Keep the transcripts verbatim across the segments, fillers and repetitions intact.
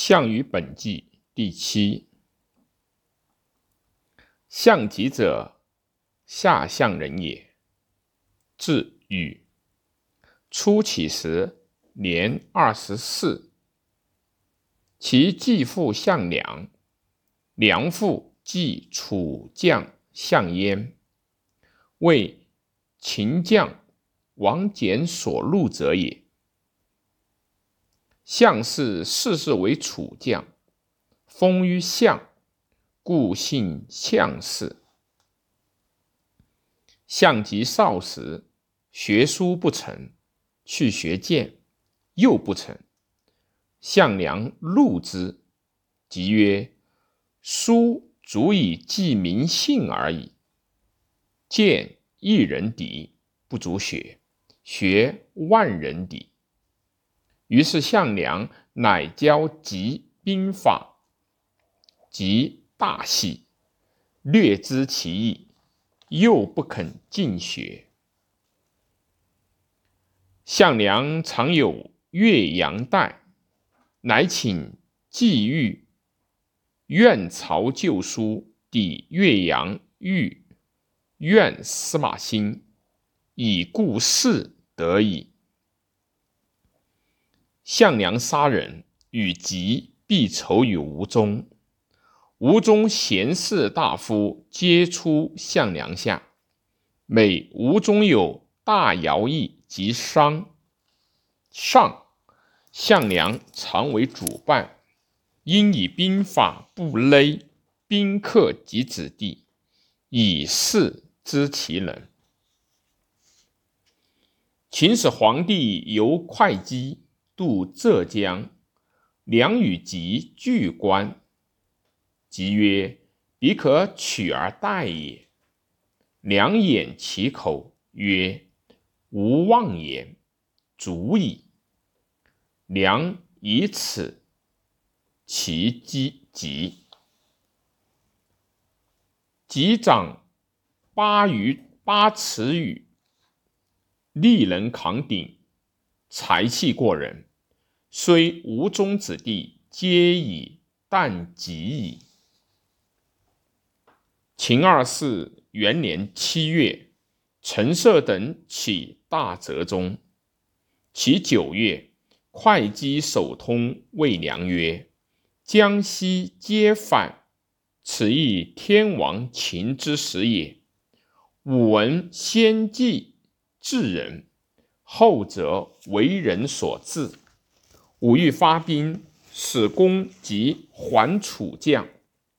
项羽本纪第七。项籍者，下项人也，字禹。初起时年二十四，其继父项梁，梁父继楚将项燕，为秦将王翦所录者也。项氏世世为楚将，封于项，故姓项氏。项籍少时，学书不成，去学剑，又不成。项梁录之，即曰：书足以记民姓而已，剑一人敌，不足学，学万人敌。于是项梁乃教籍兵法，即大系，略知其意，又不肯尽学。项梁常有岳阳带，乃请季玉愿曹旧书抵岳阳豫愿司马欣，以固事得矣。项梁杀人，与籍必仇于吴中。吴中贤士大夫皆出项梁下，每吴中有大徭役及商上，项梁常为主办，因以兵法不勒宾客及子弟，以示知其能。秦始皇帝由会稽渡浙江，梁与籍俱观，即曰：彼可取而代也。梁掩其口，曰：吾妄言，足矣。梁以此其击籍。籍长八余八尺余，力能扛鼎，才气过人，虽吴中子弟，皆以啖疾矣。秦二世元年七月，陈涉等起大泽中。其九月，会稽守通谓梁曰：江西皆反，此亦天王秦之时也。吾闻先计治人，后者为人所治。吾欲发兵，使攻及还楚将。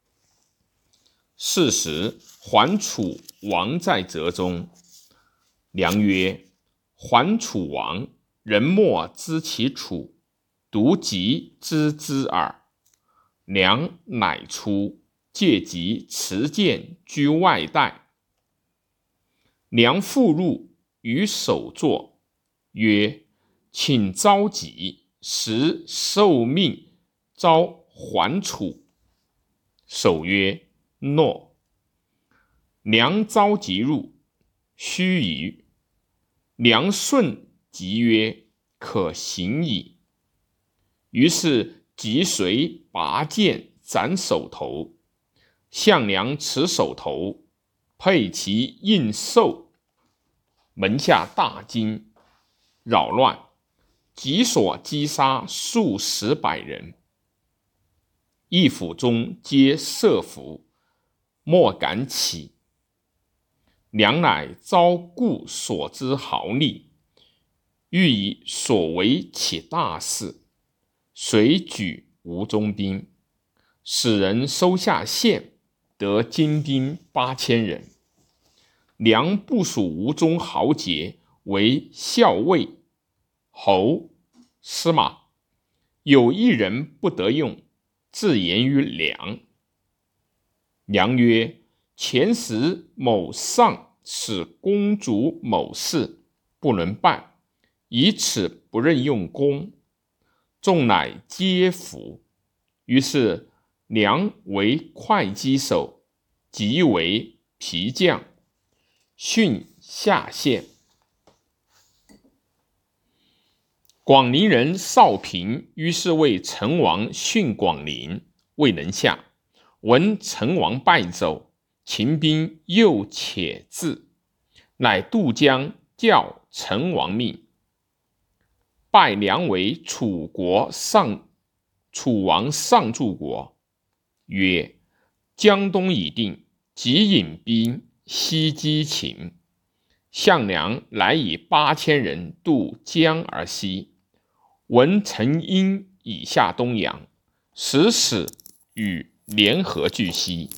是时，还楚王在泽中。梁曰：还楚王，人莫知其楚，独籍知之耳。梁乃出，借籍持剑居外带。梁复入，与守坐，曰：请召集，时受命召还楚。守曰：诺。梁召集入，须臾，梁顺即曰：可行矣。于是即随拔剑斩首头。项梁持首头，佩其印绶，门下大惊，扰乱，即所击杀数十百人。一府中皆设伏，莫敢起。梁乃招顾所知豪吏，欲以所为起大事，遂举吴中兵，使人收下县，得精兵八千人。梁部属吴中豪杰为校尉、侯、司马，有一人不得用，自言于梁。梁曰：前时某上使公主某事，不能办，以此不任用公。众乃皆服。于是梁为会稽守，即为皮将，训下县。 广陵人少平于是为陈王训广陵，未能下。闻陈王败走，秦兵又且至，乃渡江叫陈王命，拜梁为楚国上楚王上柱国，曰：江东已定，即引兵西击秦。项梁来以八千人渡江而西。闻陈婴以下东阳，使使与联合拒西。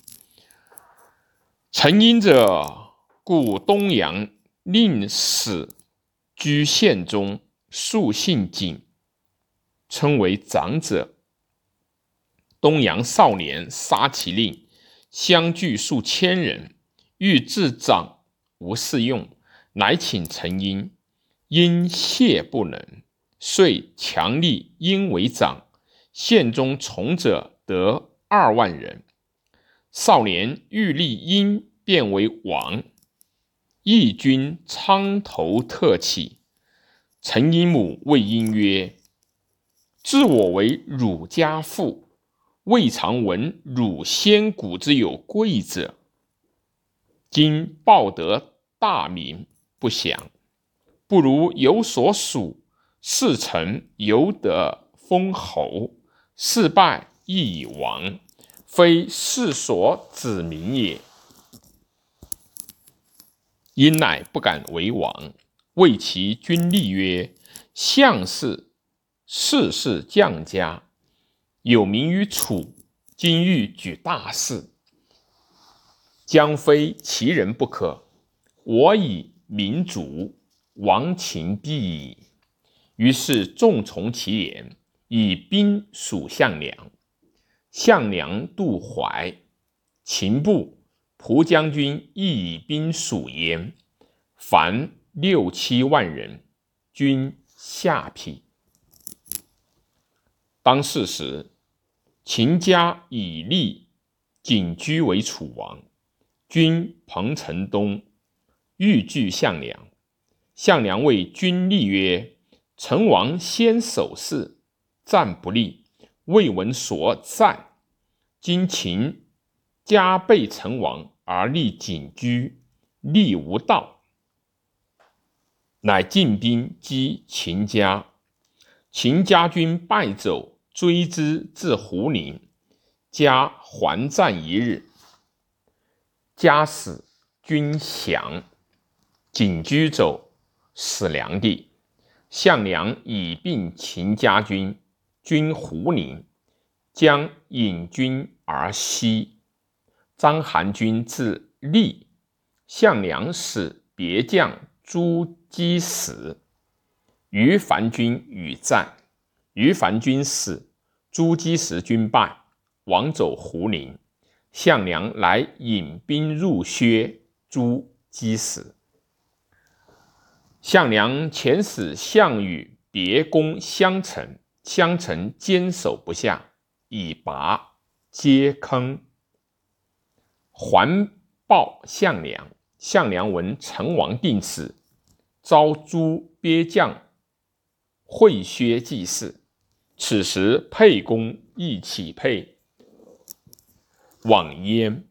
陈婴者，故东阳令使居县中，素姓景，称为长者。东阳少年杀其令，相聚数千人，欲自长，无事用，乃请陈婴，因谢不能，遂强立婴为长。县中从者得二万人。少年欲立婴变为王，义军苍头特起。陈婴母谓婴曰：自我为汝家妇，未尝闻汝先古之有贵者，今报得大名，不祥，不如有所属，事成犹得封侯，事败亦已亡，非世所指名也。因乃不敢为王，谓其君立曰：项氏世世将家，有名于楚，今欲举大事，将非其人不可。我以民主，亡秦必矣。于是众从其言，以兵属项梁。项梁渡淮，秦部蒲将军亦以兵属焉，凡六七万人，均下邳。当是时，秦家以立景居为楚王，君彭城东，欲拒项梁。项梁谓君立曰：陈王先守势，战不利，未闻所战。今秦加备陈王而立景居，利无道，乃进兵击秦家。秦家军败走，追之至胡陵，家还战一日，家死，军降。景居走，死梁地。项梁以并秦家军，军胡陵，将引军而西。章邯军至利，项梁使别将朱姬死，于樊军与战，于樊军死，朱姬时军败，亡走胡陵。项梁来引兵入薛，朱姬死。项梁遣使项羽别攻襄城，襄城坚守不下，以拔皆坑。还报项梁，项梁闻陈王定死，召诸鳖将会薛祭祀。此时沛公亦起沛，往焉。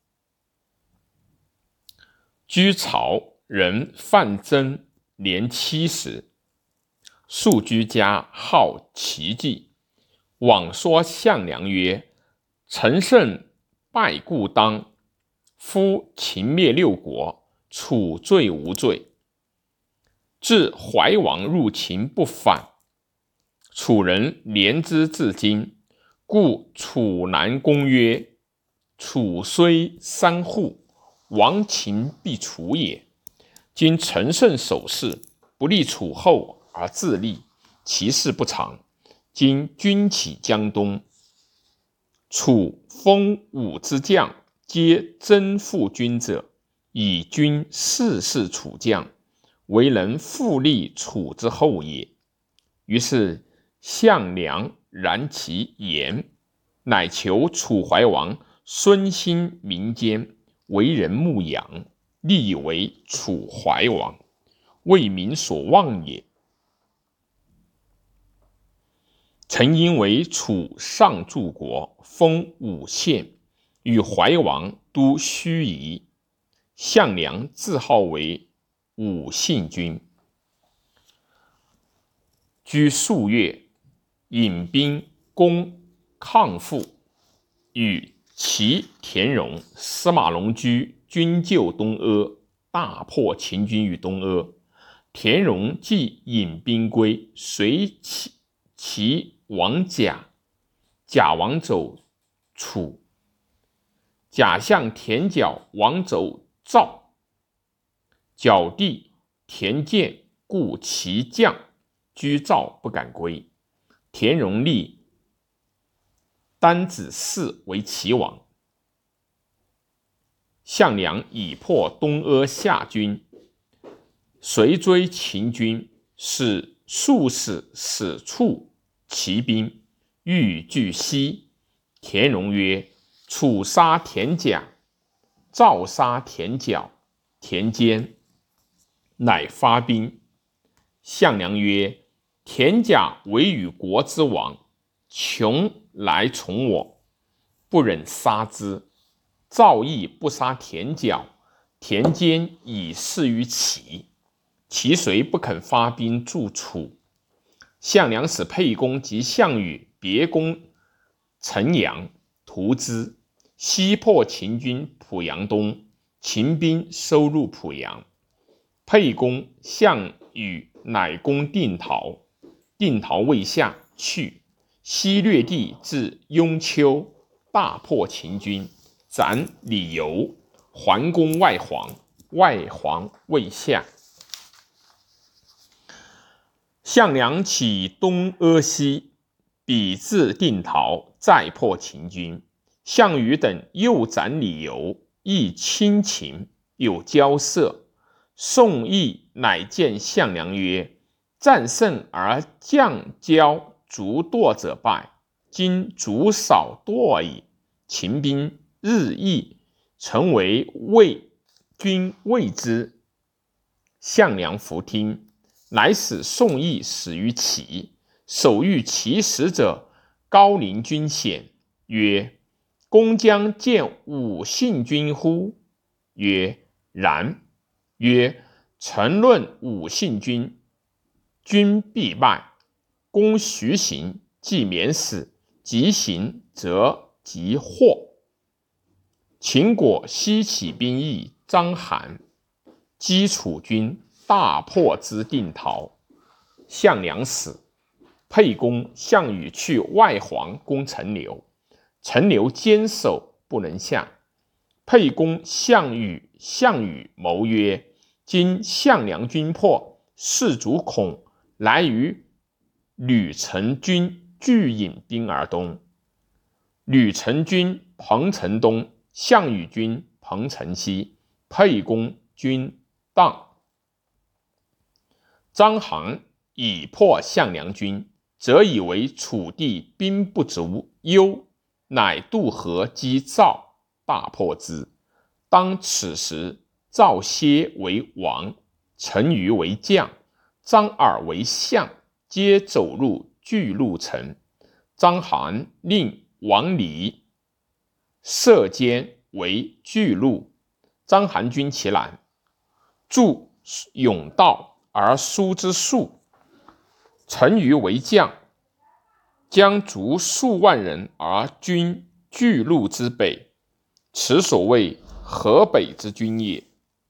居曹人范增年七十，素居家，好奇计。往说项梁曰：陈胜败故当，夫秦灭六国，楚罪无罪。至怀王入秦不反，楚人怜之至今，故楚南公曰：楚虽三户，亡秦必楚也。今陈胜守势，不立楚后而自立，其事不长。今军起江东，楚封武之将，皆征附君者，以君世世楚将，为能复立楚之后也。于是项梁然其言，乃求楚怀王孙兴民间，为人牧羊，立以为楚怀王，为民所望也。 曾因为楚上柱国，封武县，与怀王都盱眙。项梁自号为武信君。居数月，引兵攻抗父，与齐田荣、司马龙驹军救东阿，大破秦军于东阿。田荣即引兵归，随其其王甲，甲王走楚，甲向田角王走赵，角弟田建故其将居赵不敢归。田荣立丹子嗣为齐王。项梁已破东阿夏军，随追秦军，使术士使处骑兵，欲拒西。田荣曰：楚杀田甲，赵杀田角、田坚，乃发兵。项梁曰：田甲为与国之王，穷来从我，不忍杀之。赵亦不杀田角，田坚以示于齐，齐遂不肯发兵助楚。项梁使沛公及项羽别攻城阳，屠之，西破秦军濮阳东，秦兵收入濮阳。沛公、项羽乃攻定陶，定陶未下，去，西掠地至雍丘，大破秦军，斩李由，还攻外黄，外黄未下。项梁起东阿西，彼至定陶，再破秦军。项羽等又斩李由，亦亲秦，有交涉。宋义乃见项梁曰：战胜而将骄逐惰者败，今逐少惰矣。秦兵日益，诚为魏君畏之。项梁弗听，乃使宋义死于齐。守御其使者高陵君显曰：公将见武信君乎？曰：然。曰：臣论武信君，君必败。公徐行，即免死；急行，则即获。秦果西起兵役章邯，击楚军，大破之定陶。项梁死。沛公、项羽去外黄攻陈留，陈留坚守，不能下。沛公、项羽、项羽谋曰：今项梁军破，士卒恐，来于吕成军俱引兵而东。吕成军彭城东，项羽军彭城西，沛公军荡。章邯已破项梁军，则以为楚地兵不足忧，乃渡河击赵，大破之。当此时，赵歇为王，陈馀为将，张耳为相，皆走入巨鹿城。章邯令王离、射监为巨鹿。章邯军其南，筑甬道而疏之数。陈馀为将，将卒数万人而军巨鹿之北，此所谓河北之军也。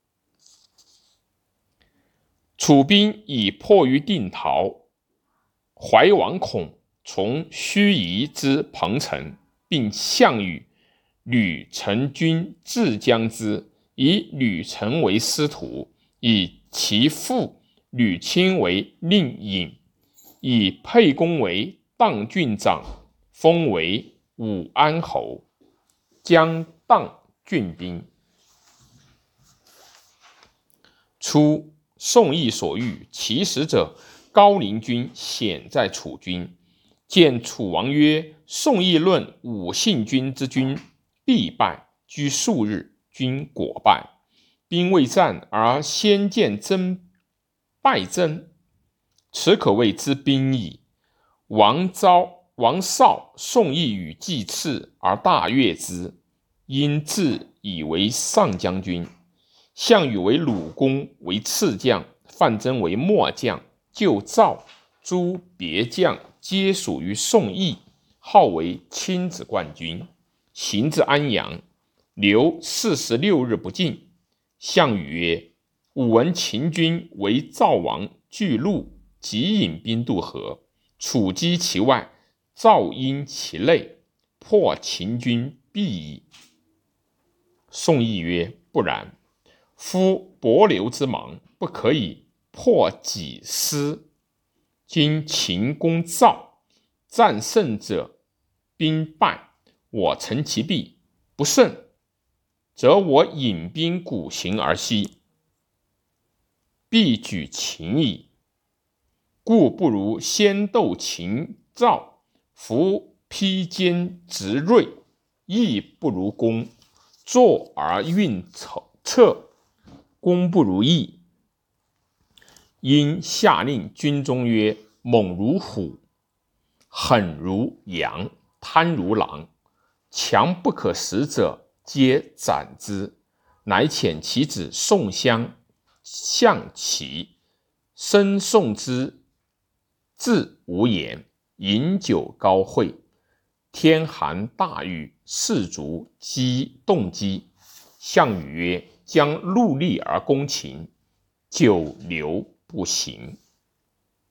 楚兵已破于定陶，怀王恐，从盱眙之彭城，并项羽、吕成军自将之，以吕成为司徒，以其父吕钦为令尹，以沛公为荡郡长，封为武安侯，将荡郡兵。初，宋义所遇，其使者高陵君显在楚军，见楚王曰：宋义论武信君之军必败，居数日，军果败。兵未战而先见征败征，此可谓之兵矣。王昭王绍宋义与季次而大悦之，因自以为上将军。项羽为鲁公，为次将，范增为末将。就赵诸别将皆属于宋义，号为亲子冠军。行至安阳，留四十六日不进。项羽曰：吾闻秦军为赵王巨鹿，即引兵渡河，楚击其外，赵因其内，破秦军必矣。宋义曰：不然，夫伯流之盟，不可以破己师。今秦攻赵，战胜者兵败，我乘其弊，不胜，则我引兵鼓行而西，必举秦矣。故不如先斗秦赵，夫披坚执锐，义不如攻，坐而运策，攻不如义。因下令军中曰：猛如虎，狠如羊，贪如狼，强不可食者，皆斩之。乃遣其子宋襄、项齐生送之，至无言，饮酒高会。天寒大雨，士卒饥动饥。项羽曰：将戮力而攻秦，久留不行。